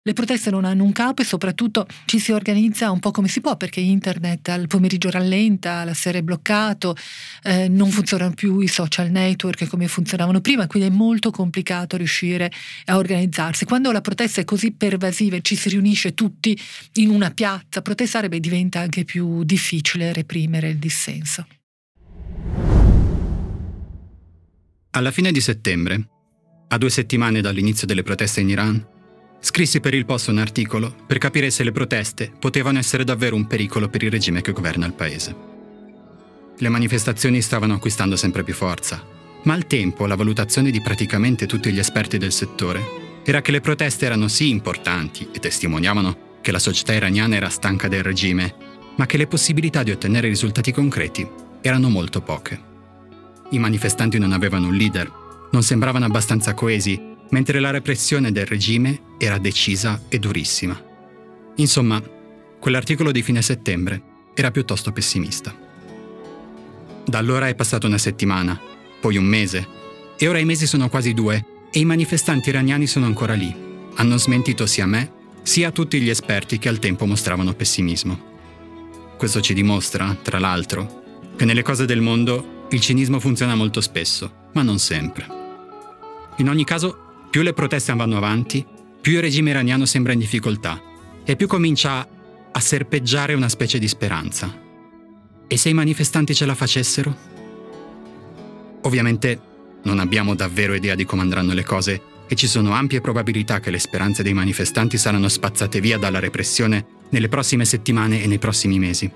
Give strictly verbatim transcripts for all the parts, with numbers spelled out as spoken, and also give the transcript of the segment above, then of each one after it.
Le proteste non hanno un capo e soprattutto ci si organizza un po' come si può, perché internet al pomeriggio rallenta, la sera è bloccato, eh, non funzionano più i social network come funzionavano prima, quindi è molto complicato riuscire a organizzarsi. Quando la protesta è così pervasiva e ci si riunisce tutti in una piazza a protestare, beh, diventa anche più difficile reprimere il dissenso. Alla fine di settembre, a due settimane dall'inizio delle proteste in Iran, scrissi per il Post un articolo per capire se le proteste potevano essere davvero un pericolo per il regime che governa il paese. Le manifestazioni stavano acquistando sempre più forza, ma al tempo la valutazione di praticamente tutti gli esperti del settore era che le proteste erano sì importanti e testimoniavano che la società iraniana era stanca del regime, ma che le possibilità di ottenere risultati concreti erano molto poche. I manifestanti non avevano un leader, non sembravano abbastanza coesi, mentre la repressione del regime era decisa e durissima. Insomma, quell'articolo di fine settembre era piuttosto pessimista. Da allora è passata una settimana, poi un mese, e ora i mesi sono quasi due e i manifestanti iraniani sono ancora lì. Hanno smentito sia me, sia tutti gli esperti che al tempo mostravano pessimismo. Questo ci dimostra, tra l'altro, che nelle cose del mondo il cinismo funziona molto spesso, ma non sempre. In ogni caso, più le proteste vanno avanti, più il regime iraniano sembra in difficoltà e più comincia a serpeggiare una specie di speranza. E se i manifestanti ce la facessero? Ovviamente non abbiamo davvero idea di come andranno le cose e ci sono ampie probabilità che le speranze dei manifestanti saranno spazzate via dalla repressione nelle prossime settimane e nei prossimi mesi.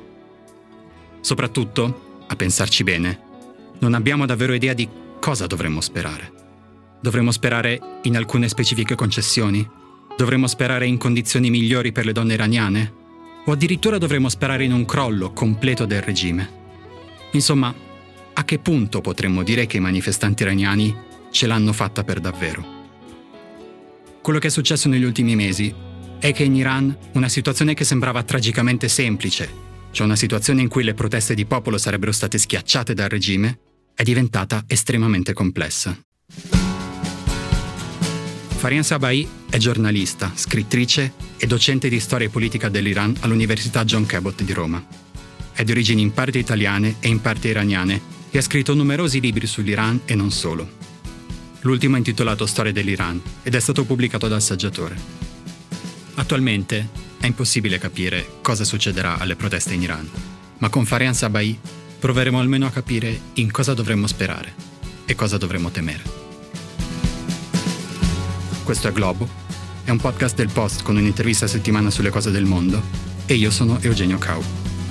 Soprattutto, a pensarci bene, non abbiamo davvero idea di cosa dovremmo sperare. Dovremmo sperare in alcune specifiche concessioni? Dovremmo sperare in condizioni migliori per le donne iraniane? O addirittura dovremmo sperare in un crollo completo del regime? Insomma, a che punto potremmo dire che i manifestanti iraniani ce l'hanno fatta per davvero? Quello che è successo negli ultimi mesi è che in Iran una situazione che sembrava tragicamente semplice, cioè una situazione in cui le proteste di popolo sarebbero state schiacciate dal regime, è diventata estremamente complessa. Farian Sabai è giornalista, scrittrice e docente di storia e politica dell'Iran all'Università John Cabot di Roma. È di origini in parte italiane e in parte iraniane e ha scritto numerosi libri sull'Iran e non solo. L'ultimo è intitolato Storia dell'Iran ed è stato pubblicato dal Saggiatore. Attualmente è impossibile capire cosa succederà alle proteste in Iran, ma con Farian Sabai proveremo almeno a capire in cosa dovremmo sperare e cosa dovremmo temere. Questo è Globo, è un podcast del Post con un'intervista a settimana sulle cose del mondo e io sono Eugenio Cau.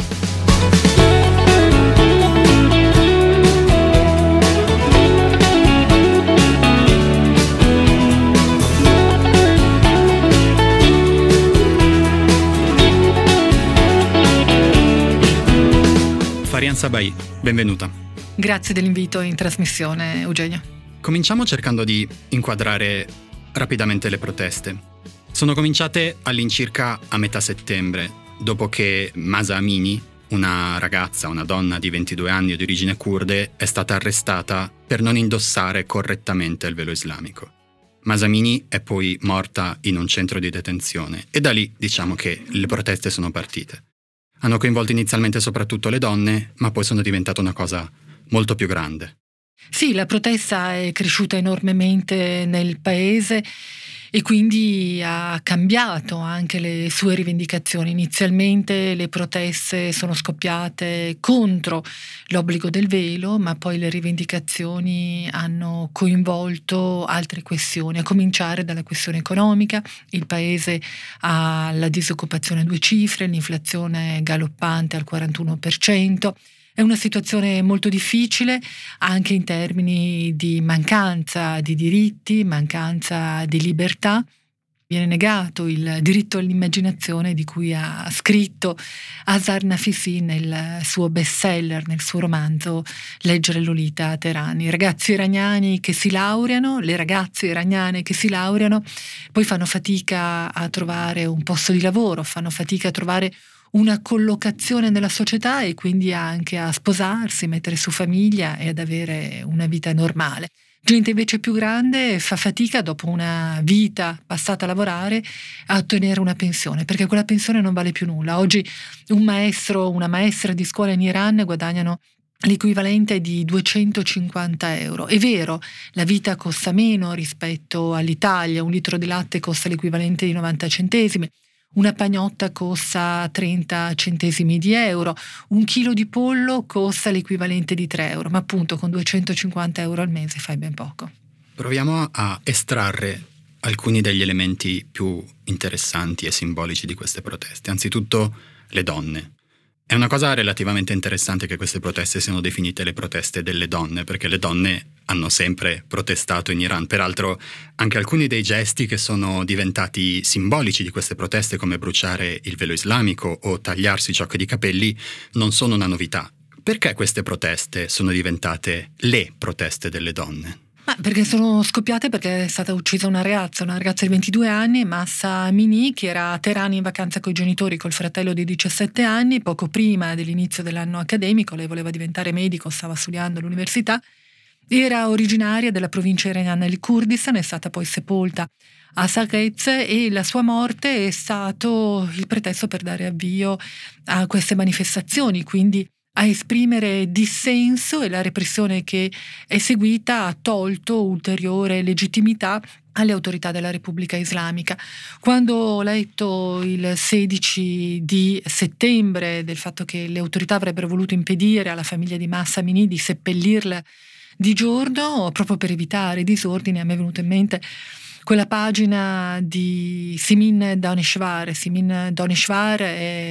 Farian Sabai, benvenuta. Grazie dell'invito in trasmissione, Eugenio. Cominciamo cercando di inquadrare rapidamente le proteste. Sono cominciate all'incirca a metà settembre, dopo che Mahsa Amini, una ragazza, una donna di ventidue anni di origine kurde, è stata arrestata per non indossare correttamente il velo islamico. Mahsa Amini è poi morta in un centro di detenzione e da lì diciamo che le proteste sono partite. Hanno coinvolto inizialmente soprattutto le donne, ma poi sono diventate una cosa molto più grande. Sì, la protesta è cresciuta enormemente nel paese e quindi ha cambiato anche le sue rivendicazioni. Inizialmente le proteste sono scoppiate contro l'obbligo del velo, ma poi le rivendicazioni hanno coinvolto altre questioni, a cominciare dalla questione economica. Il paese ha la disoccupazione a due cifre, l'inflazione galoppante al quarantuno per cento. È una situazione molto difficile anche in termini di mancanza di diritti, mancanza di libertà. Viene negato il diritto all'immaginazione di cui ha scritto Azar Nafisi nel suo bestseller, nel suo romanzo Leggere Lolita a Teheran. I ragazzi iraniani che si laureano, le ragazze iraniane che si laureano, poi fanno fatica a trovare un posto di lavoro, fanno fatica a trovare una collocazione nella società e quindi anche a sposarsi, mettere su famiglia e ad avere una vita normale. Gente invece più grande fa fatica, dopo una vita passata a lavorare, a ottenere una pensione, perché quella pensione non vale più nulla. Oggi un maestro, una maestra di scuola in Iran guadagnano l'equivalente di duecentocinquanta euro. È vero, la vita costa meno rispetto all'Italia, un litro di latte costa l'equivalente di novanta centesimi, una pagnotta costa trenta centesimi di euro, un chilo di pollo costa l'equivalente di tre euro, ma appunto con duecentocinquanta euro al mese fai ben poco. Proviamo a estrarre alcuni degli elementi più interessanti e simbolici di queste proteste. Anzitutto le donne. È una cosa relativamente interessante che queste proteste siano definite le proteste delle donne, perché le donne hanno sempre protestato in Iran. Peraltro anche alcuni dei gesti che sono diventati simbolici di queste proteste, come bruciare il velo islamico o tagliarsi i ciocchi di capelli, non sono una novità. Perché queste proteste sono diventate le proteste delle donne? Ma perché sono scoppiate perché è stata uccisa una ragazza, una ragazza di ventidue anni, Mahsa Amini, che era a Teheran in vacanza con i genitori, col fratello di diciassette anni. Poco prima dell'inizio dell'anno accademico, lei voleva diventare medico, stava studiando all'università, era originaria della provincia iraniana del Kurdistan, è stata poi sepolta a Saqqez e la sua morte è stato il pretesto per dare avvio a queste manifestazioni, quindi a esprimere dissenso, e la repressione che è seguita ha tolto ulteriore legittimità alle autorità della Repubblica Islamica. Quando ho letto il sedici di settembre del fatto che le autorità avrebbero voluto impedire alla famiglia di Mahsa Amini di seppellirla di giorno, proprio per evitare disordini, a me è venuto in mente quella pagina di Simin Daneshvar. Simin Daneshvar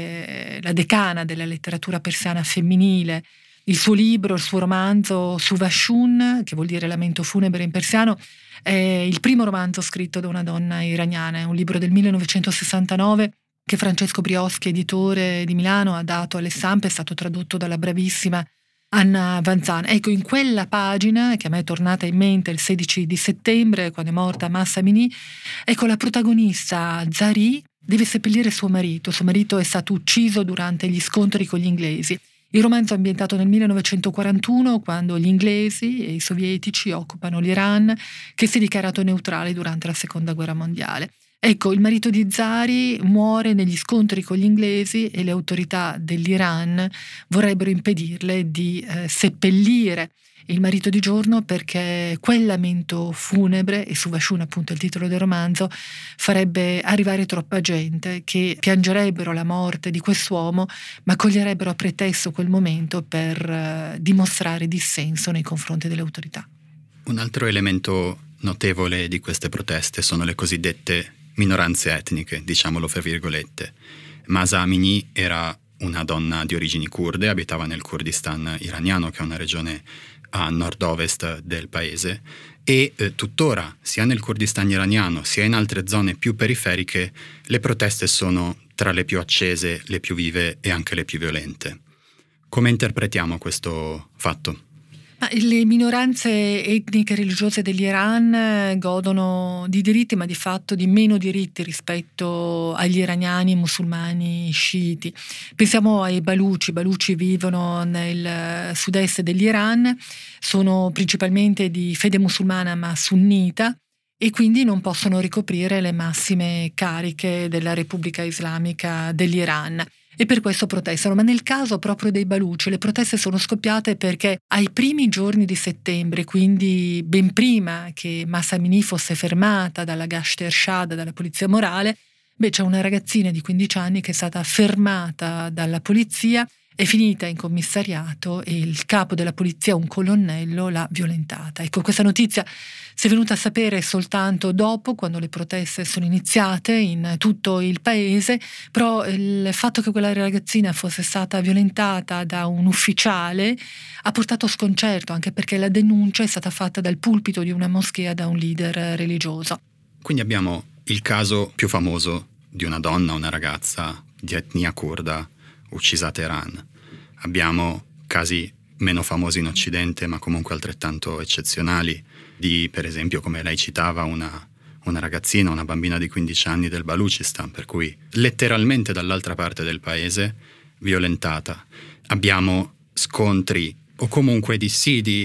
è la decana della letteratura persiana femminile. Il suo libro, il suo romanzo Suvashun, che vuol dire lamento funebre in persiano, è il primo romanzo scritto da una donna iraniana. È un libro del millenovecentosessantanove che Francesco Brioschi, editore di Milano, ha dato alle stampe, è stato tradotto dalla bravissima Anna Vanzan. Ecco, in quella pagina, che a me è tornata in mente il sedici di settembre, quando è morta Mahsa Amini, ecco, la protagonista Zari deve seppellire suo marito. Suo marito è stato ucciso durante gli scontri con gli inglesi. Il romanzo è ambientato nel millenovecentoquarantuno, quando gli inglesi e i sovietici occupano l'Iran, che si è dichiarato neutrale durante la seconda guerra mondiale. Ecco, il marito di Zari muore negli scontri con gli inglesi e le autorità dell'Iran vorrebbero impedirle di eh, seppellire il marito di giorno, perché quel lamento funebre, e Suvashun appunto è il titolo del romanzo, farebbe arrivare troppa gente che piangerebbero la morte di quest'uomo, ma coglierebbero a pretesto quel momento per eh, dimostrare dissenso nei confronti delle autorità. Un altro elemento notevole di queste proteste sono le cosiddette minoranze etniche, diciamolo fra virgolette. Mahsa Amini era una donna di origini kurde, abitava nel Kurdistan iraniano, che è una regione a nord-ovest del paese, e eh, tuttora, sia nel Kurdistan iraniano sia in altre zone più periferiche, le proteste sono tra le più accese, le più vive e anche le più violente. Come interpretiamo questo fatto? Ma le minoranze etniche e religiose dell'Iran godono di diritti, ma di fatto di meno diritti rispetto agli iraniani musulmani sciiti. Pensiamo ai Baluchi. I Baluchi vivono nel sud-est dell'Iran, sono principalmente di fede musulmana ma sunnita, e quindi non possono ricoprire le massime cariche della Repubblica Islamica dell'Iran. E per questo protestano. Ma nel caso proprio dei Baluchi le proteste sono scoppiate perché ai primi giorni di settembre, quindi ben prima che Mahsa Amini fosse fermata dalla Gasht Ershad, dalla polizia morale, beh, c'è una ragazzina di quindici anni che è stata fermata dalla polizia, è finita in commissariato e il capo della polizia, un colonnello, l'ha violentata. Ecco, questa notizia si è venuta a sapere soltanto dopo, quando le proteste sono iniziate in tutto il paese, però il fatto che quella ragazzina fosse stata violentata da un ufficiale ha portato sconcerto, anche perché la denuncia è stata fatta dal pulpito di una moschea da un leader religioso. Quindi abbiamo il caso più famoso di una donna, una ragazza di etnia kurda uccisa a Teheran. Abbiamo casi meno famosi in Occidente, ma comunque altrettanto eccezionali, di, per esempio, come lei citava, una, una ragazzina, una bambina di quindici anni del Baluchistan, per cui letteralmente dall'altra parte del paese, violentata. Abbiamo scontri o comunque dissidi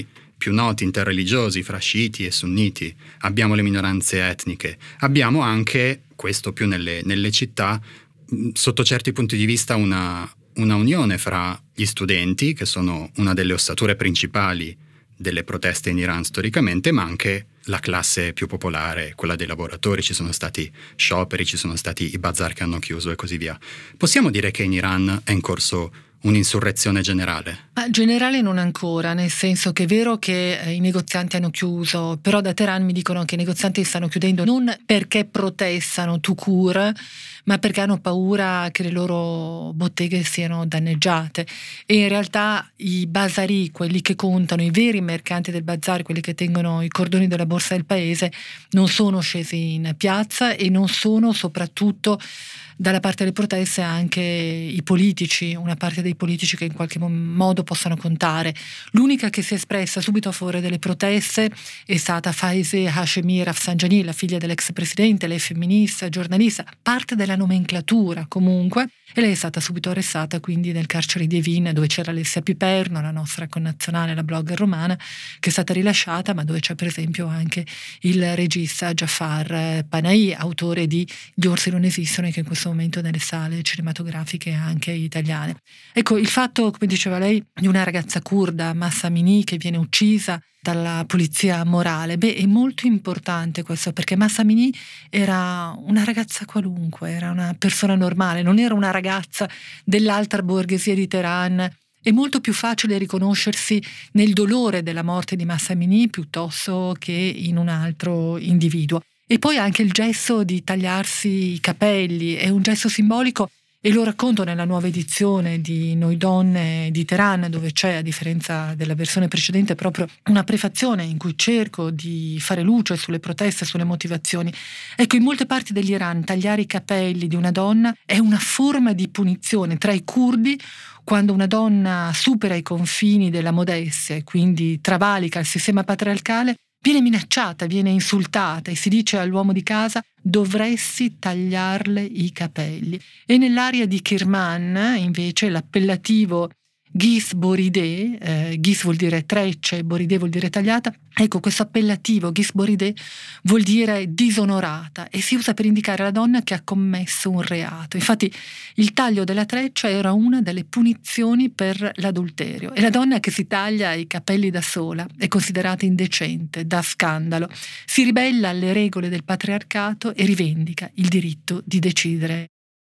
più noti interreligiosi fra sciiti e sunniti, abbiamo le minoranze etniche, abbiamo anche, questo più nelle, nelle città, sotto certi punti di vista una, una unione fra gli studenti, che sono una delle ossature principali delle proteste in Iran storicamente, ma anche la classe più popolare, quella dei lavoratori. Ci sono stati scioperi, ci sono stati i bazar che hanno chiuso e così via. Possiamo dire che in Iran è in corso un'insurrezione generale? Ma generale non ancora, nel senso che è vero che eh, i negozianti hanno chiuso, però da Teheran mi dicono che i negozianti stanno chiudendo non perché protestano tout court, ma perché hanno paura che le loro botteghe siano danneggiate. E in realtà i bazari, quelli che contano, i veri mercanti del bazar, quelli che tengono i cordoni della borsa del paese, non sono scesi in piazza e non sono soprattutto dalla parte delle proteste anche i politici, una parte dei politici che in qualche modo possano contare. L'unica che si è espressa subito a favore delle proteste è stata Faize Hashemi Rafsanjani, la figlia dell'ex presidente, lei femminista, giornalista, parte della nomenclatura comunque, e lei è stata subito arrestata quindi nel carcere di Evin, dove c'era Alessia Piperno, la nostra connazionale, la blogger romana, che è stata rilasciata, ma dove c'è per esempio anche il regista Jafar Panahi, autore di Gli orsi non esistono, e che in questo momento nelle sale cinematografiche anche italiane. Ecco, il fatto, come diceva lei, di una ragazza curda, Mahsa Amini, che viene uccisa dalla polizia morale, beh, è molto importante questo, perché Mahsa Amini era una ragazza qualunque, era una persona normale, non era una ragazza dell'alta borghesia di Teheran. È molto più facile riconoscersi nel dolore della morte di Mahsa Amini piuttosto che in un altro individuo. E poi anche il gesto di tagliarsi i capelli è un gesto simbolico, e lo racconto nella nuova edizione di Noi Donne di Teheran, dove c'è, a differenza della versione precedente, proprio una prefazione in cui cerco di fare luce sulle proteste, sulle motivazioni. Ecco, in molte parti dell'Iran tagliare i capelli di una donna è una forma di punizione. Tra i curdi, quando una donna supera i confini della modestia e quindi travalica il sistema patriarcale, viene minacciata, viene insultata e si dice all'uomo di casa: dovresti tagliarle i capelli. E nell'area di Kirman, invece, l'appellativo Ghis Borideh, eh, Ghis vuol dire trecce, Borideh vuol dire tagliata. Ecco, questo appellativo Ghis Borideh vuol dire disonorata e si usa per indicare la donna che ha commesso un reato. Infatti il taglio della treccia era una delle punizioni per l'adulterio, e la donna che si taglia i capelli da sola è considerata indecente, da scandalo, si ribella alle regole del patriarcato e rivendica il diritto di decidere.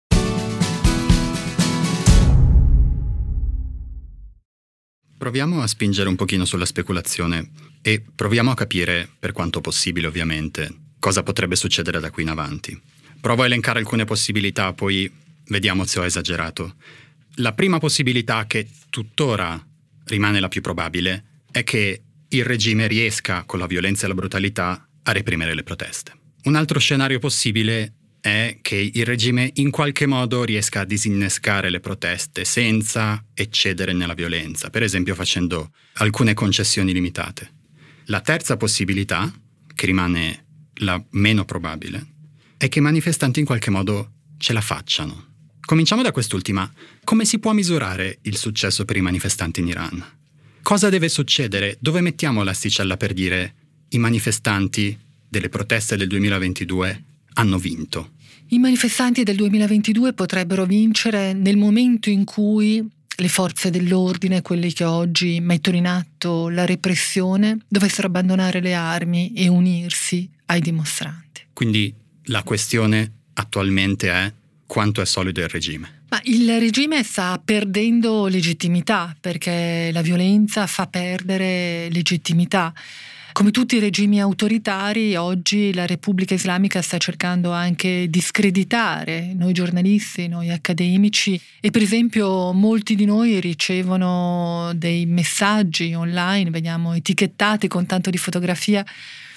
Proviamo a spingere un pochino sulla speculazione e proviamo a capire, per quanto possibile ovviamente, cosa potrebbe succedere da qui in avanti. Provo a elencare alcune possibilità, poi vediamo se ho esagerato. La prima possibilità, che tuttora rimane la più probabile, è che il regime riesca, con la violenza e la brutalità, a reprimere le proteste. Un altro scenario possibile è che il regime in qualche modo riesca a disinnescare le proteste senza eccedere nella violenza, per esempio facendo alcune concessioni limitate. La terza possibilità, che rimane la meno probabile, è che i manifestanti in qualche modo ce la facciano. Cominciamo da quest'ultima. Come si può misurare il successo per i manifestanti in Iran? Cosa deve succedere? Dove mettiamo l'asticella per dire i manifestanti delle proteste del duemilaventidue hanno vinto? I manifestanti del duemilaventidue potrebbero vincere nel momento in cui le forze dell'ordine, quelli che oggi mettono in atto la repressione, dovessero abbandonare le armi e unirsi ai dimostranti. Quindi la questione attualmente è quanto è solido il regime. Ma il regime sta perdendo legittimità, perché la violenza fa perdere legittimità. Come tutti i regimi autoritari, oggi la Repubblica Islamica sta cercando anche di screditare noi giornalisti, noi accademici, e per esempio molti di noi ricevono dei messaggi online, veniamo etichettati con tanto di fotografia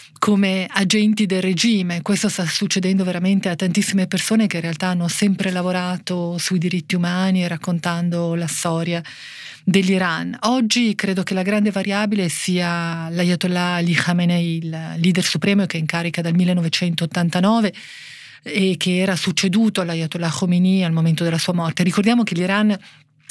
come agenti del regime. Questo sta succedendo veramente a tantissime persone che in realtà hanno sempre lavorato sui diritti umani e raccontando la storia dell'Iran. Oggi credo che la grande variabile sia l'Ayatollah Ali Khamenei, il leader supremo che è in carica dal millenovecentottantanove e che era succeduto all'Ayatollah Khomeini al momento della sua morte. Ricordiamo che l'Iran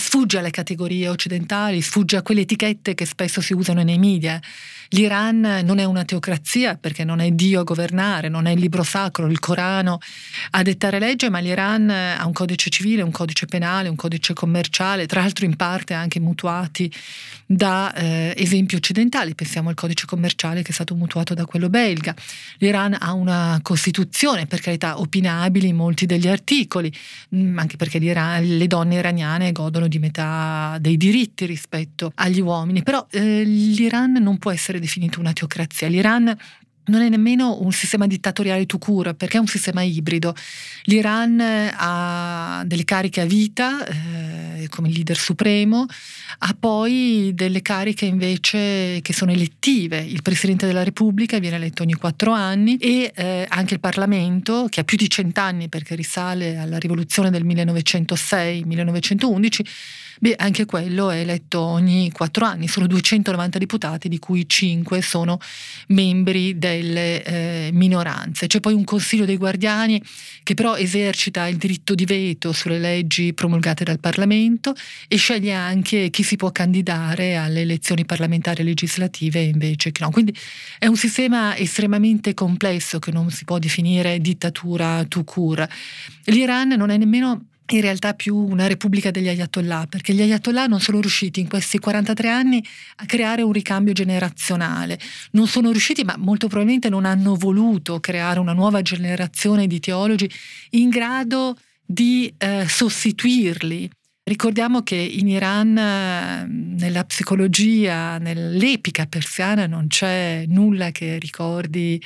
sfugge alle categorie occidentali, sfugge a quelle etichette che spesso si usano nei media. L'Iran non è una teocrazia perché non è Dio a governare, non è il libro sacro, il Corano a dettare legge, ma l'Iran ha un codice civile, un codice penale, un codice commerciale, tra l'altro in parte anche mutuati da eh, esempi occidentali. Pensiamo al codice commerciale che è stato mutuato da quello belga. L'Iran ha una costituzione, per carità, opinabili in molti degli articoli, mh, anche perché l'Iran, le donne iraniane godono di metà dei diritti rispetto agli uomini, però eh, l'Iran non può essere definito una teocrazia. L'Iran non è nemmeno un sistema dittatoriale tout court, perché è un sistema ibrido. L'Iran ha delle cariche a vita, eh, come il leader supremo, ha poi delle cariche invece che sono elettive. Il Presidente della Repubblica viene eletto ogni quattro anni e eh, anche il Parlamento, che ha più di cent'anni perché risale alla rivoluzione del millenovecentosei millenovecentoundici, beh, anche quello è eletto ogni quattro anni. Sono duecentonovanta deputati, di cui cinque sono membri delle eh, minoranze. C'è poi un Consiglio dei Guardiani che però esercita il diritto di veto sulle leggi promulgate dal Parlamento e sceglie anche chi si può candidare alle elezioni parlamentari e legislative e invece che no. Quindi è un sistema estremamente complesso che non si può definire dittatura tout court. L'Iran non è nemmeno in realtà più una repubblica degli ayatollah, perché gli ayatollah non sono riusciti in questi quarantatré anni a creare un ricambio generazionale, non sono riusciti, ma molto probabilmente non hanno voluto creare una nuova generazione di teologi in grado di eh, sostituirli. Ricordiamo che in Iran, nella psicologia, nell'epica persiana, non c'è nulla che ricordi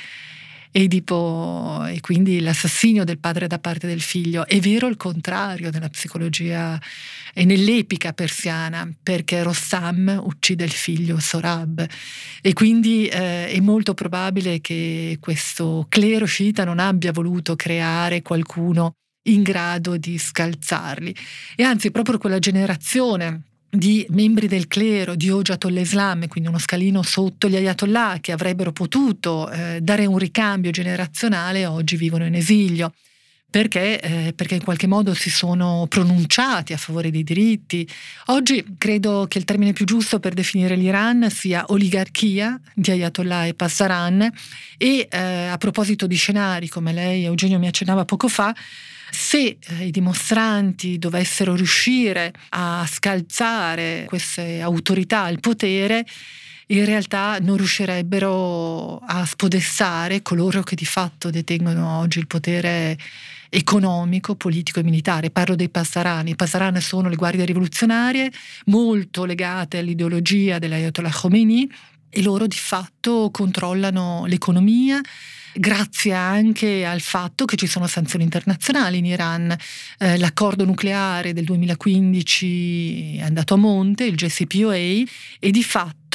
Edipo e quindi l'assassinio del padre da parte del figlio. È vero il contrario nella psicologia e nell'epica persiana, perché Rossam uccide il figlio Sorab e quindi eh, è molto probabile che questo clero sciita non abbia voluto creare qualcuno in grado di scalzarli, e anzi proprio quella generazione di membri del clero di Hojatollah Islam, quindi uno scalino sotto gli ayatollah, che avrebbero potuto eh, dare un ricambio generazionale, oggi vivono in esilio. Perché? Eh, perché in qualche modo si sono pronunciati a favore dei diritti. Oggi credo che il termine più giusto per definire l'Iran sia oligarchia di Ayatollah e Pasdaran, e eh, a proposito di scenari, come lei Eugenio mi accennava poco fa, se eh, i dimostranti dovessero riuscire a scalzare queste autorità al potere, in realtà non riuscirebbero a spodestare coloro che di fatto detengono oggi il potere economico, politico e militare. Parlo dei Pasdaran. I Pasdaran sono le guardie rivoluzionarie molto legate all'ideologia dell'Ayatollah Khomeini, e loro di fatto controllano l'economia, grazie anche al fatto che ci sono sanzioni internazionali in Iran. Eh, l'accordo nucleare del duemilaquindici è andato a monte, il J C P O A, e di fatto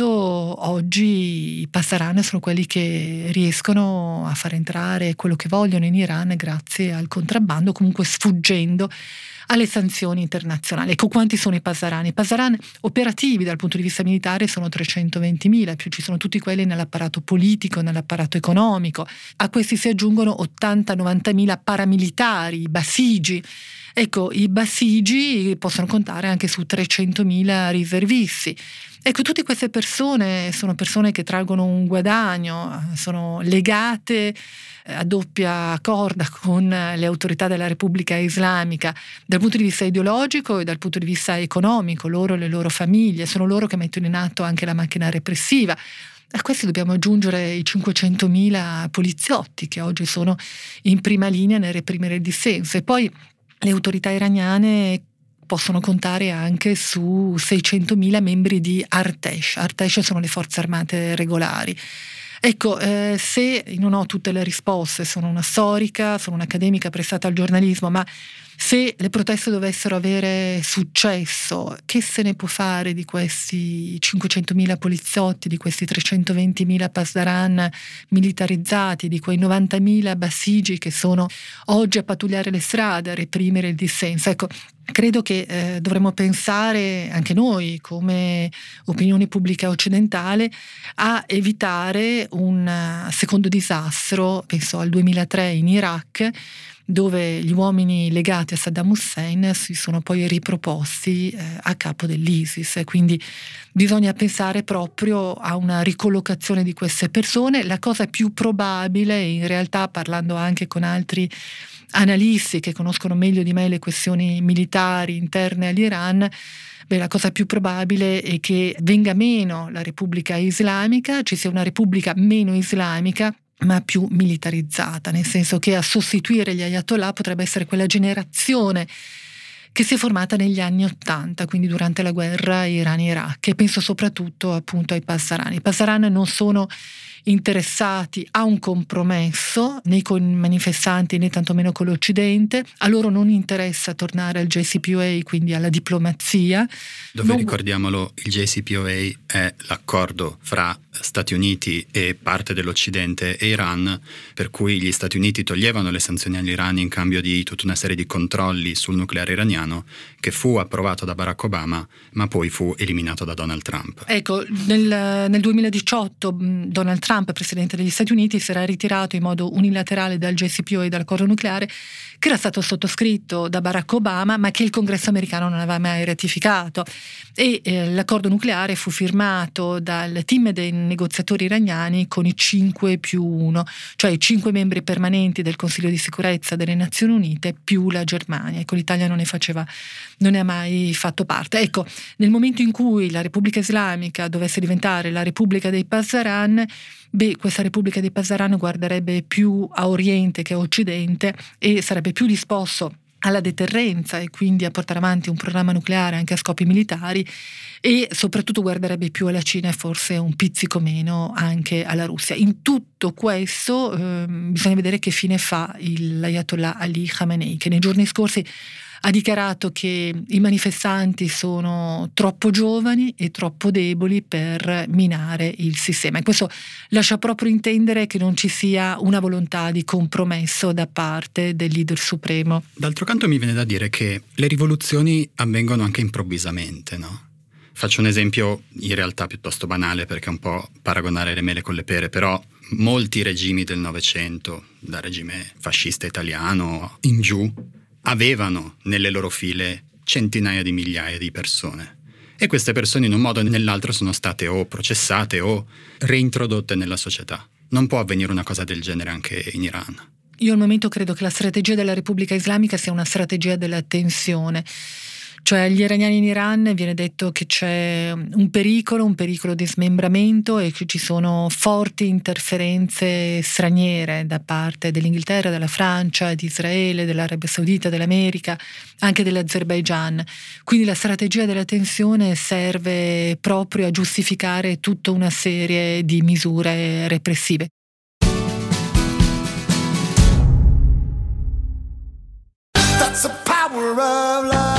oggi i Pasdaran sono quelli che riescono a far entrare quello che vogliono in Iran grazie al contrabbando, comunque sfuggendo alle sanzioni internazionali. Ecco quanti sono i Pasdaran. I Pasdaran operativi dal punto di vista militare sono trecentoventimila, più ci sono tutti quelli nell'apparato politico, nell'apparato economico. A questi si aggiungono ottanta novantamila paramilitari, i Basiji. Ecco, i Basiji possono contare anche su trecentomila riservisti. Ecco, tutte queste persone sono persone che traggono un guadagno, sono legate a doppia corda con le autorità della Repubblica Islamica dal punto di vista ideologico e dal punto di vista economico, loro e le loro famiglie, sono loro che mettono in atto anche la macchina repressiva. A questi dobbiamo aggiungere i cinquecentomila poliziotti che oggi sono in prima linea nel reprimere il dissenso, e poi le autorità iraniane possono contare anche su seicentomila membri di Artesh. Artesh sono le forze armate regolari. Ecco, eh, se non ho tutte le risposte, sono una storica, sono un'accademica prestata al giornalismo, ma se le proteste dovessero avere successo, che se ne può fare di questi cinquecentomila poliziotti, di questi trecentoventimila Pasdaran militarizzati, di quei novantamila Basiji che sono oggi a pattugliare le strade, a reprimere il dissenso? Ecco, credo che eh, dovremmo pensare anche noi come opinione pubblica occidentale a evitare un secondo disastro, penso al duemilatré in Iraq, dove gli uomini legati a Saddam Hussein si sono poi riproposti eh, a capo dell'ISIS. Quindi bisogna pensare proprio a una ricollocazione di queste persone. La cosa più probabile, in realtà parlando anche con altri analisti che conoscono meglio di me le questioni militari interne all'Iran, beh, la cosa più probabile è che venga meno la Repubblica Islamica, ci sia una Repubblica meno islamica ma più militarizzata, nel senso che a sostituire gli ayatollah potrebbe essere quella generazione che si è formata negli anni Ottanta, quindi durante la guerra Iran-Iraq, e penso soprattutto appunto ai Pasdaran. I Pasdaran non sono interessati a un compromesso né con i manifestanti né tantomeno con l'Occidente. A loro non interessa tornare al J C P O A, quindi alla diplomazia. Dove, non... ricordiamolo, il J C P O A è l'accordo fra Stati Uniti e parte dell'Occidente e Iran, per cui gli Stati Uniti toglievano le sanzioni all'Iran in cambio di tutta una serie di controlli sul nucleare iraniano, che fu approvato da Barack Obama ma poi fu eliminato da Donald Trump. Ecco, nel, nel duemiladiciotto Donald Trump, presidente degli Stati Uniti, si era ritirato in modo unilaterale dal J C P O A e dall'accordo nucleare, che era stato sottoscritto da Barack Obama ma che il Congresso americano non aveva mai ratificato, e eh, l'accordo nucleare fu firmato dal team dei negoziatori iraniani con i cinque più uno, cioè i cinque membri permanenti del Consiglio di sicurezza delle Nazioni Unite più la Germania. Ecco, l'Italia non ne faceva, non ne ha mai fatto parte. Ecco, nel momento in cui la Repubblica Islamica dovesse diventare la Repubblica dei Pasdaran, beh, questa Repubblica dei Pasdaran guarderebbe più a Oriente che a Occidente e sarebbe più disposto alla deterrenza e quindi a portare avanti un programma nucleare anche a scopi militari, e soprattutto guarderebbe più alla Cina e forse un pizzico meno anche alla Russia. In tutto questo eh, bisogna vedere che fine fa il, l'Ayatollah Ali Khamenei, che nei giorni scorsi ha dichiarato che i manifestanti sono troppo giovani e troppo deboli per minare il sistema, e questo lascia proprio intendere che non ci sia una volontà di compromesso da parte del leader supremo. D'altro canto mi viene da dire che le rivoluzioni avvengono anche improvvisamente, no? Faccio un esempio in realtà piuttosto banale, perché è un po' paragonare le mele con le pere, però molti regimi del Novecento, dal regime fascista italiano in giù, avevano nelle loro file centinaia di migliaia di persone, e queste persone in un modo o nell'altro sono state o processate o reintrodotte nella società. Non può avvenire una cosa del genere anche in Iran. Io al momento credo che la strategia della Repubblica Islamica sia una strategia della tensione. Cioè, agli iraniani in Iran viene detto che c'è un pericolo, un pericolo di smembramento, e che ci sono forti interferenze straniere da parte dell'Inghilterra, della Francia, di Israele, dell'Arabia Saudita, dell'America, anche dell'Azerbaigian. Quindi la strategia della tensione serve proprio a giustificare tutta una serie di misure repressive. That's the power of love.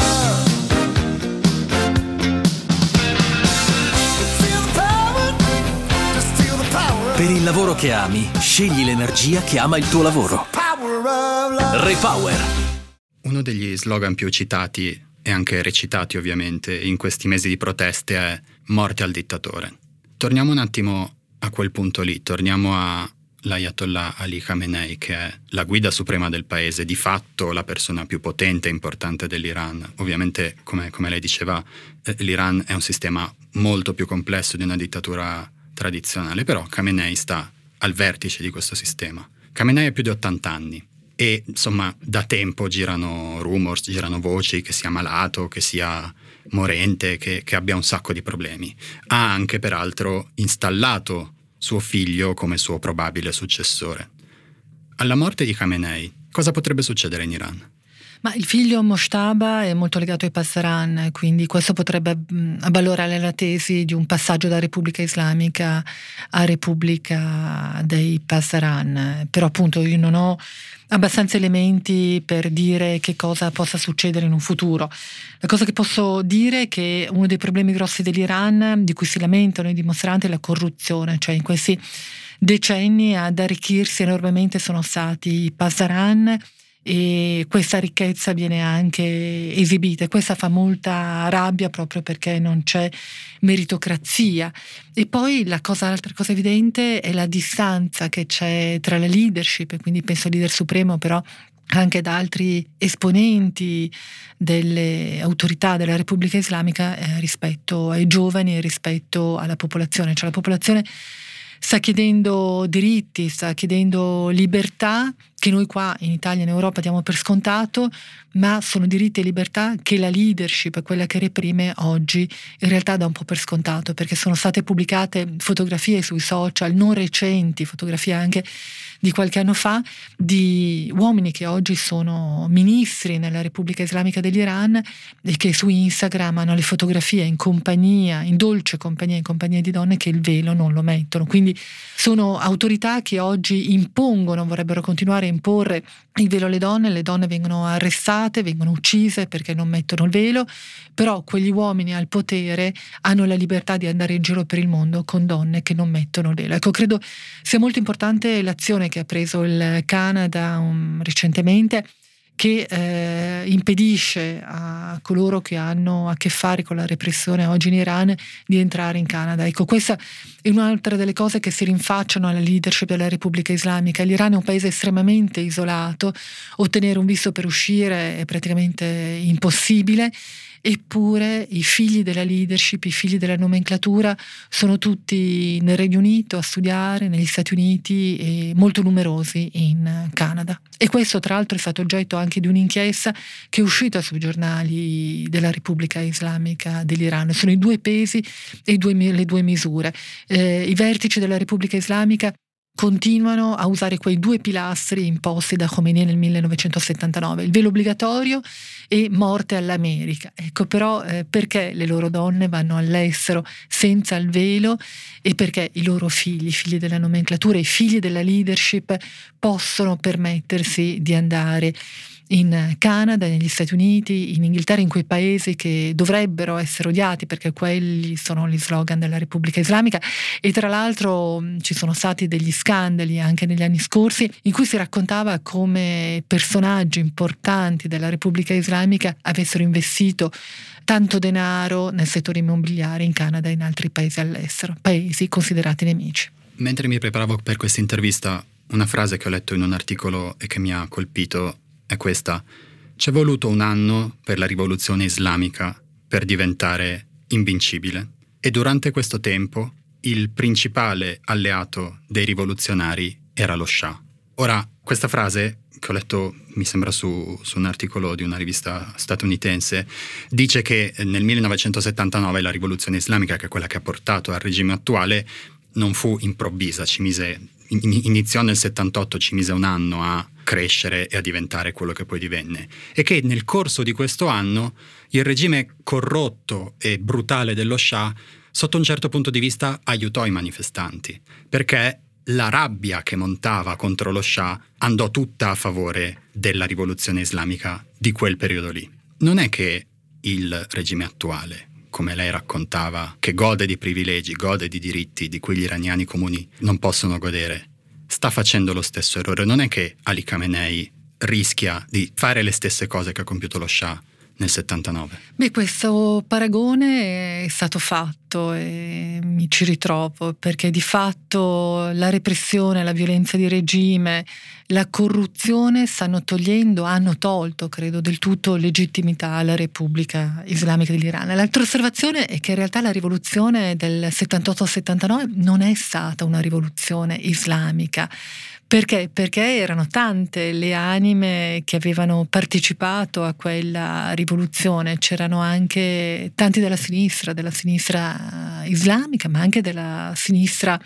Per il lavoro che ami, scegli l'energia che ama il tuo lavoro. Repower. Uno degli slogan più citati e anche recitati ovviamente in questi mesi di proteste è "morte al dittatore". Torniamo un attimo a quel punto lì, torniamo a l'Ayatollah Ali Khamenei, che è la guida suprema del paese, di fatto la persona più potente e importante dell'Iran. Ovviamente, come, come lei diceva, eh, l'Iran è un sistema molto più complesso di una dittatura tradizionale, però Khamenei sta al vertice di questo sistema. Khamenei ha più di ottanta anni e insomma da tempo girano rumors, girano voci che sia malato, che sia morente, che, che abbia un sacco di problemi. Ha anche peraltro installato suo figlio come suo probabile successore. Alla morte di Khamenei, cosa potrebbe succedere in Iran? Ma il figlio Moshtaba è molto legato ai Pasdaran, quindi questo potrebbe avvalorare la tesi di un passaggio da Repubblica Islamica a Repubblica dei Pasdaran. Però appunto io non ho abbastanza elementi per dire che cosa possa succedere in un futuro. La cosa che posso dire è che uno dei problemi grossi dell'Iran, di cui si lamentano i dimostranti, è la corruzione. Cioè in questi decenni ad arricchirsi enormemente sono stati i Pasdaran, e questa ricchezza viene anche esibita, e questa fa molta rabbia proprio perché non c'è meritocrazia. E poi la cosa, l'altra cosa evidente è la distanza che c'è tra la leadership, e quindi penso al leader supremo, però anche da altri esponenti delle autorità della Repubblica Islamica eh, rispetto ai giovani e rispetto alla popolazione. Cioè la popolazione sta chiedendo diritti, sta chiedendo libertà, che noi qua in Italia e in Europa diamo per scontato, ma sono diritti e libertà che la leadership, quella che reprime oggi, in realtà dà un po' per scontato, perché sono state pubblicate fotografie sui social, non recenti, fotografie anche di qualche anno fa, di uomini che oggi sono ministri nella Repubblica Islamica dell'Iran e che su Instagram hanno le fotografie in compagnia, in dolce compagnia, in compagnia di donne che il velo non lo mettono. Quindi sono autorità che oggi impongono, vorrebbero continuare a imporre il velo alle donne, le donne vengono arrestate, vengono uccise perché non mettono il velo, però quegli uomini al potere hanno la libertà di andare in giro per il mondo con donne che non mettono il velo. Ecco, credo sia molto importante l'azione che ha preso il Canada um, recentemente, che eh, impedisce a coloro che hanno a che fare con la repressione oggi in Iran di entrare in Canada. Ecco, questa è un'altra delle cose che si rinfacciano alla leadership della Repubblica Islamica. L'Iran è un paese estremamente isolato, ottenere un visto per uscire è praticamente impossibile, eppure i figli della leadership, i figli della nomenclatura sono tutti nel Regno Unito a studiare, negli Stati Uniti e molto numerosi in Canada. E questo tra l'altro è stato oggetto anche di un'inchiesta che è uscita sui giornali della Repubblica Islamica dell'Iran. Sono i due pesi e i due, le due misure. Eh, I vertici della Repubblica Islamica continuano a usare quei due pilastri imposti da Khomeini nel millenovecentosettantanove, il velo obbligatorio e morte all'America. Ecco, però eh, perché le loro donne vanno all'estero senza il velo e perché i loro figli, i figli della nomenclatura, i figli della leadership possono permettersi di andare in Canada, negli Stati Uniti, in Inghilterra, in quei paesi che dovrebbero essere odiati perché quelli sono gli slogan della Repubblica Islamica. E tra l'altro ci sono stati degli scandali anche negli anni scorsi in cui si raccontava come personaggi importanti della Repubblica Islamica avessero investito tanto denaro nel settore immobiliare in Canada e in altri paesi all'estero, paesi considerati nemici. Mentre mi preparavo per questa intervista, una frase che ho letto in un articolo e che mi ha colpito è questa: c'è voluto un anno per la rivoluzione islamica per diventare invincibile, e durante questo tempo il principale alleato dei rivoluzionari era lo Shah. Ora, questa frase che ho letto, mi sembra su, su un articolo di una rivista statunitense, dice che nel millenovecentosettantanove la rivoluzione islamica, che è quella che ha portato al regime attuale, non fu improvvisa, ci mise, iniziò nel settantotto, ci mise un anno a crescere e a diventare quello che poi divenne, e che nel corso di questo anno il regime corrotto e brutale dello Shah, sotto un certo punto di vista, aiutò i manifestanti, perché la rabbia che montava contro lo Shah andò tutta a favore della rivoluzione islamica di quel periodo lì. Non è che il regime attuale, come lei raccontava, che gode di privilegi, gode di diritti di cui gli iraniani comuni non possono godere, sta facendo lo stesso errore. Non è che Ali Khamenei rischia di fare le stesse cose che ha compiuto lo Shah nel settantanove. Beh, questo paragone è stato fatto e mi ci ritrovo, perché di fatto la repressione, la violenza di regime, la corruzione stanno togliendo, hanno tolto, credo, del tutto legittimità alla Repubblica Islamica dell'Iran. L'altra osservazione è che in realtà la rivoluzione del settantotto settantanove non è stata una rivoluzione islamica. Perché? Perché erano tante le anime che avevano partecipato a quella rivoluzione, c'erano anche tanti della sinistra, della sinistra islamica, ma anche della sinistra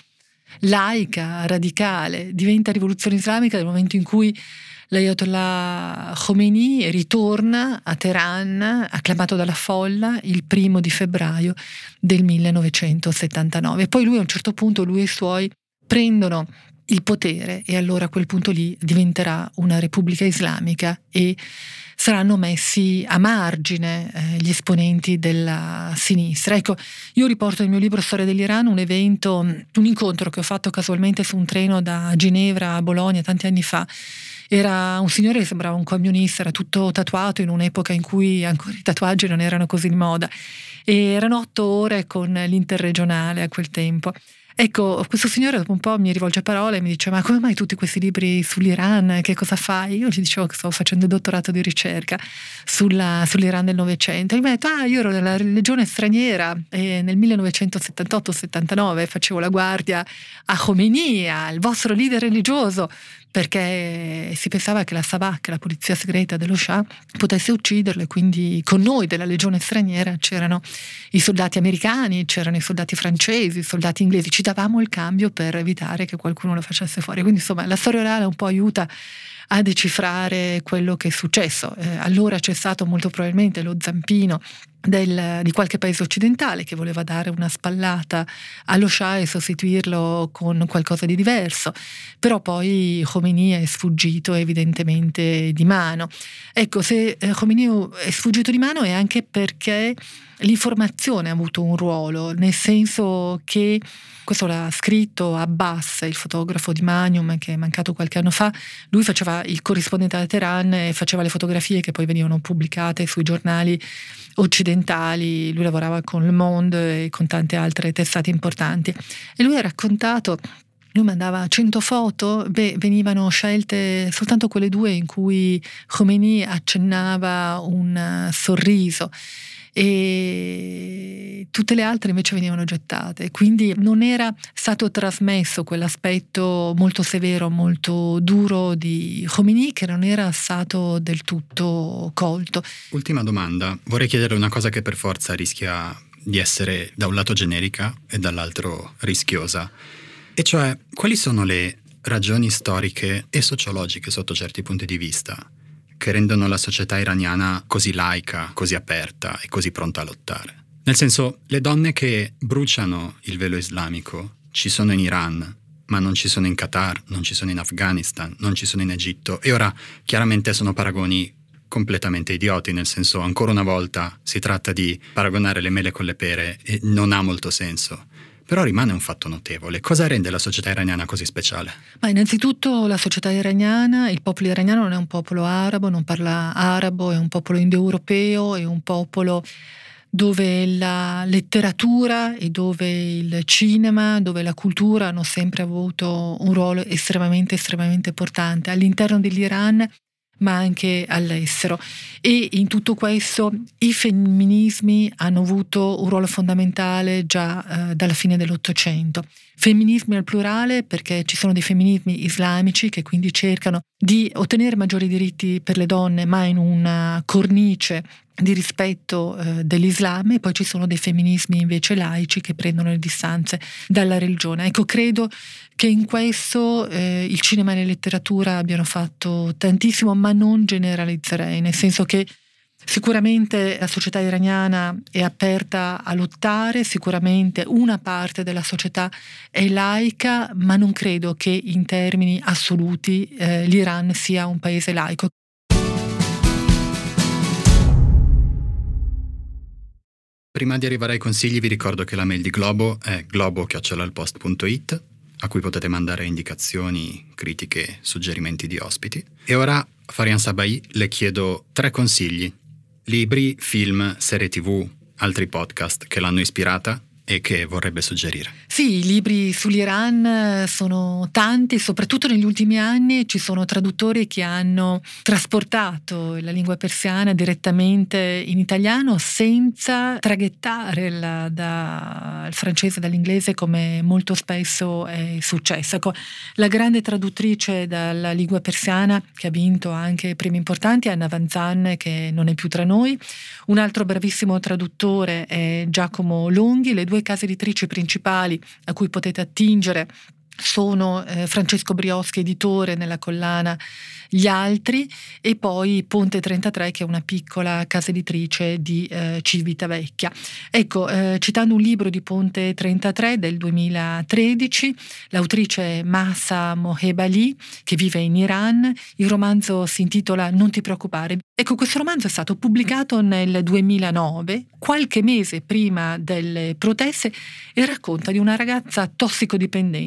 laica, radicale. Diventa rivoluzione islamica nel momento in cui l'Ayatollah Khomeini ritorna a Teheran, acclamato dalla folla, il primo di febbraio del millenovecentosettantanove. Poi lui a un certo punto, lui e i suoi, prendono il potere e allora a quel punto lì diventerà una repubblica islamica e saranno messi a margine eh, gli esponenti della sinistra. Ecco, io riporto nel mio libro Storia dell'Iran un evento, un incontro che ho fatto casualmente su un treno da Ginevra a Bologna tanti anni fa. Era un signore che sembrava un camionista, era tutto tatuato in un'epoca in cui ancora i tatuaggi non erano così di moda, e erano otto ore con l'interregionale a quel tempo. Ecco, questo signore dopo un po' mi rivolge parole e mi dice: ma come mai tutti questi libri sull'Iran? Che cosa fai? Io gli dicevo che stavo facendo il dottorato di ricerca sulla, sull'Iran del Novecento. E mi ha detto: ah, io ero nella legione straniera e nel millenovecentosettantotto settantanove facevo la guardia a Khomeini, al vostro leader religioso, perché si pensava che la Savak, la polizia segreta dello Shah, potesse ucciderlo, e quindi con noi della legione straniera c'erano i soldati americani, c'erano i soldati francesi, i soldati inglesi, ci davamo il cambio per evitare che qualcuno lo facesse fuori. Quindi insomma la storia orale un po' aiuta a decifrare quello che è successo. Eh, allora c'è stato molto probabilmente lo zampino Del, di qualche paese occidentale che voleva dare una spallata allo Shah e sostituirlo con qualcosa di diverso, però poi Khomeini è sfuggito evidentemente di mano. Ecco, se Khomeini è sfuggito di mano è anche perché l'informazione ha avuto un ruolo, nel senso che, questo l'ha scritto Abbas, il fotografo di Magnum che è mancato qualche anno fa, lui faceva il corrispondente a Teheran e faceva le fotografie che poi venivano pubblicate sui giornali occidentali. Lui lavorava con Le Monde e con tante altre testate importanti, e lui ha raccontato, lui mandava cento foto, beh, venivano scelte soltanto quelle due in cui Khomeini accennava un sorriso, e tutte le altre invece venivano gettate. Quindi non era stato trasmesso quell'aspetto molto severo, molto duro di Khomeini, che non era stato del tutto colto. Ultima domanda, vorrei chiedere una cosa che per forza rischia di essere da un lato generica e dall'altro rischiosa, e cioè quali sono le ragioni storiche e sociologiche sotto certi punti di vista che rendono la società iraniana così laica, così aperta e così pronta a lottare? Nel senso, le donne che bruciano il velo islamico ci sono in Iran, ma non ci sono in Qatar, non ci sono in Afghanistan, non ci sono in Egitto. E ora, chiaramente sono paragoni completamente idioti, nel senso, ancora una volta si tratta di paragonare le mele con le pere e non ha molto senso. Però rimane un fatto notevole. Cosa rende la società iraniana così speciale? Ma innanzitutto la società iraniana, il popolo iraniano non è un popolo arabo, non parla arabo, è un popolo indoeuropeo, è un popolo dove la letteratura e dove il cinema, dove la cultura hanno sempre avuto un ruolo estremamente, estremamente importante all'interno dell'Iran, ma anche all'estero. E in tutto questo i femminismi hanno avuto un ruolo fondamentale già eh, dalla fine dell'Ottocento. Femminismi al plurale, perché ci sono dei femminismi islamici che quindi cercano di ottenere maggiori diritti per le donne, ma in una cornice di rispetto eh, dell'Islam, e poi ci sono dei femminismi invece laici che prendono le distanze dalla religione. Ecco, credo che in questo eh, il cinema e la letteratura abbiano fatto tantissimo, ma non generalizzerei, nel senso che sicuramente la società iraniana è aperta a lottare, sicuramente una parte della società è laica, ma non credo che in termini assoluti eh, l'Iran sia un paese laico. Prima di arrivare ai consigli vi ricordo che la mail di Globo è globo chiocciola il post punto it, a cui potete mandare indicazioni, critiche, suggerimenti di ospiti. E ora, Farian Sabai, le chiedo tre consigli: libri, film, serie tv, altri podcast che l'hanno ispirata e che vorrebbe suggerire. Sì, i libri sull'Iran sono tanti, soprattutto negli ultimi anni ci sono traduttori che hanno trasportato la lingua persiana direttamente in italiano senza traghettare dal francese, dall'inglese, come molto spesso è successo. Ecco, la grande traduttrice dalla lingua persiana che ha vinto anche premi importanti è Anna Vanzan, che non è più tra noi. Un altro bravissimo traduttore è Giacomo Longhi. Le due case editrici principali a cui potete attingere sono eh, Francesco Brioschi, editore, nella collana Gli Altri, e poi Ponte trentatré, che è una piccola casa editrice di eh, Civitavecchia. Ecco, eh, citando un libro di Ponte trentatré del duemilatredici, l'autrice è Mahsa Mohebali, che vive in Iran. Il romanzo si intitola Non ti preoccupare. Ecco, questo romanzo è stato pubblicato nel duemilanove, qualche mese prima delle proteste, e racconta di una ragazza tossicodipendente in una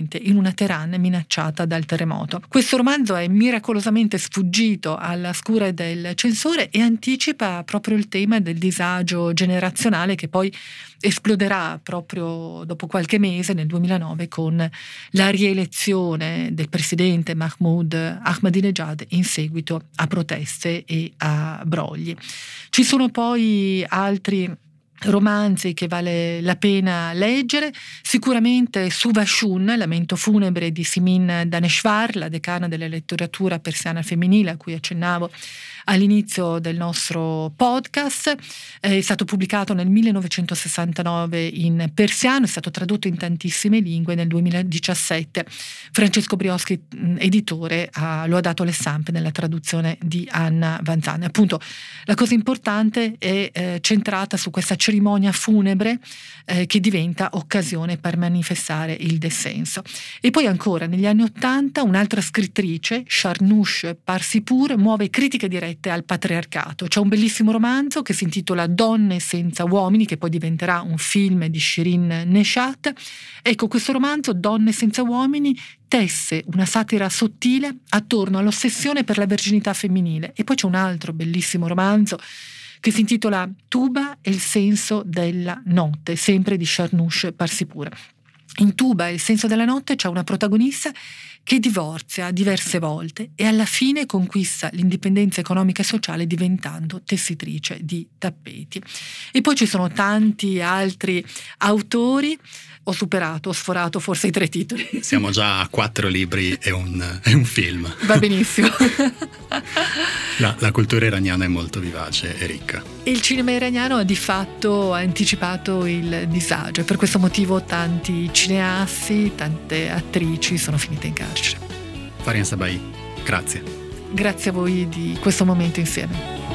una Teheran minacciata dal terremoto. Questo romanzo è miracolosamente sfuggito alla scure del censore e anticipa proprio il tema del disagio generazionale che poi esploderà proprio dopo qualche mese, nel duemilanove, con la rielezione del presidente Mahmoud Ahmadinejad in seguito a proteste e a brogli. Ci sono poi altri romanzi che vale la pena leggere, sicuramente Suvashun, Lamento funebre di Simin Daneshvar, la decana della letteratura persiana femminile a cui accennavo all'inizio del nostro podcast. È stato pubblicato nel millenovecentosessantanove in persiano, è stato tradotto in tantissime lingue. Nel duemiladiciassette Francesco Brioschi, editore, ha, lo ha dato alle stampe nella traduzione di Anna Vanzani. Appunto, la cosa importante è eh, centrata su questa cerimonia funebre eh, che diventa occasione per manifestare il dissenso. E poi ancora negli anni Ottanta un'altra scrittrice, Sharnush Parsipur, muove critiche dirette al patriarcato. C'è un bellissimo romanzo che si intitola Donne senza uomini, che poi diventerà un film di Shirin Neshat. Ecco, questo romanzo, Donne senza uomini, tesse una satira sottile attorno all'ossessione per la verginità femminile. E poi c'è un altro bellissimo romanzo che si intitola Tuba e il senso della notte, sempre di Sharnush Parsipur. In Tuba e il senso della notte c'è una protagonista che divorzia diverse volte e alla fine conquista l'indipendenza economica e sociale diventando tessitrice di tappeti. E poi ci sono tanti altri autori. Ho superato, ho sforato forse i tre titoli. Siamo già a quattro libri e un, e un film. Va benissimo. La, la cultura iraniana è molto vivace e ricca. Il cinema iraniano ha di fatto anticipato il disagio e per questo motivo tanti cineasti, tante attrici sono finite in carcere. Farian Sabai, grazie. Grazie a voi di questo momento insieme.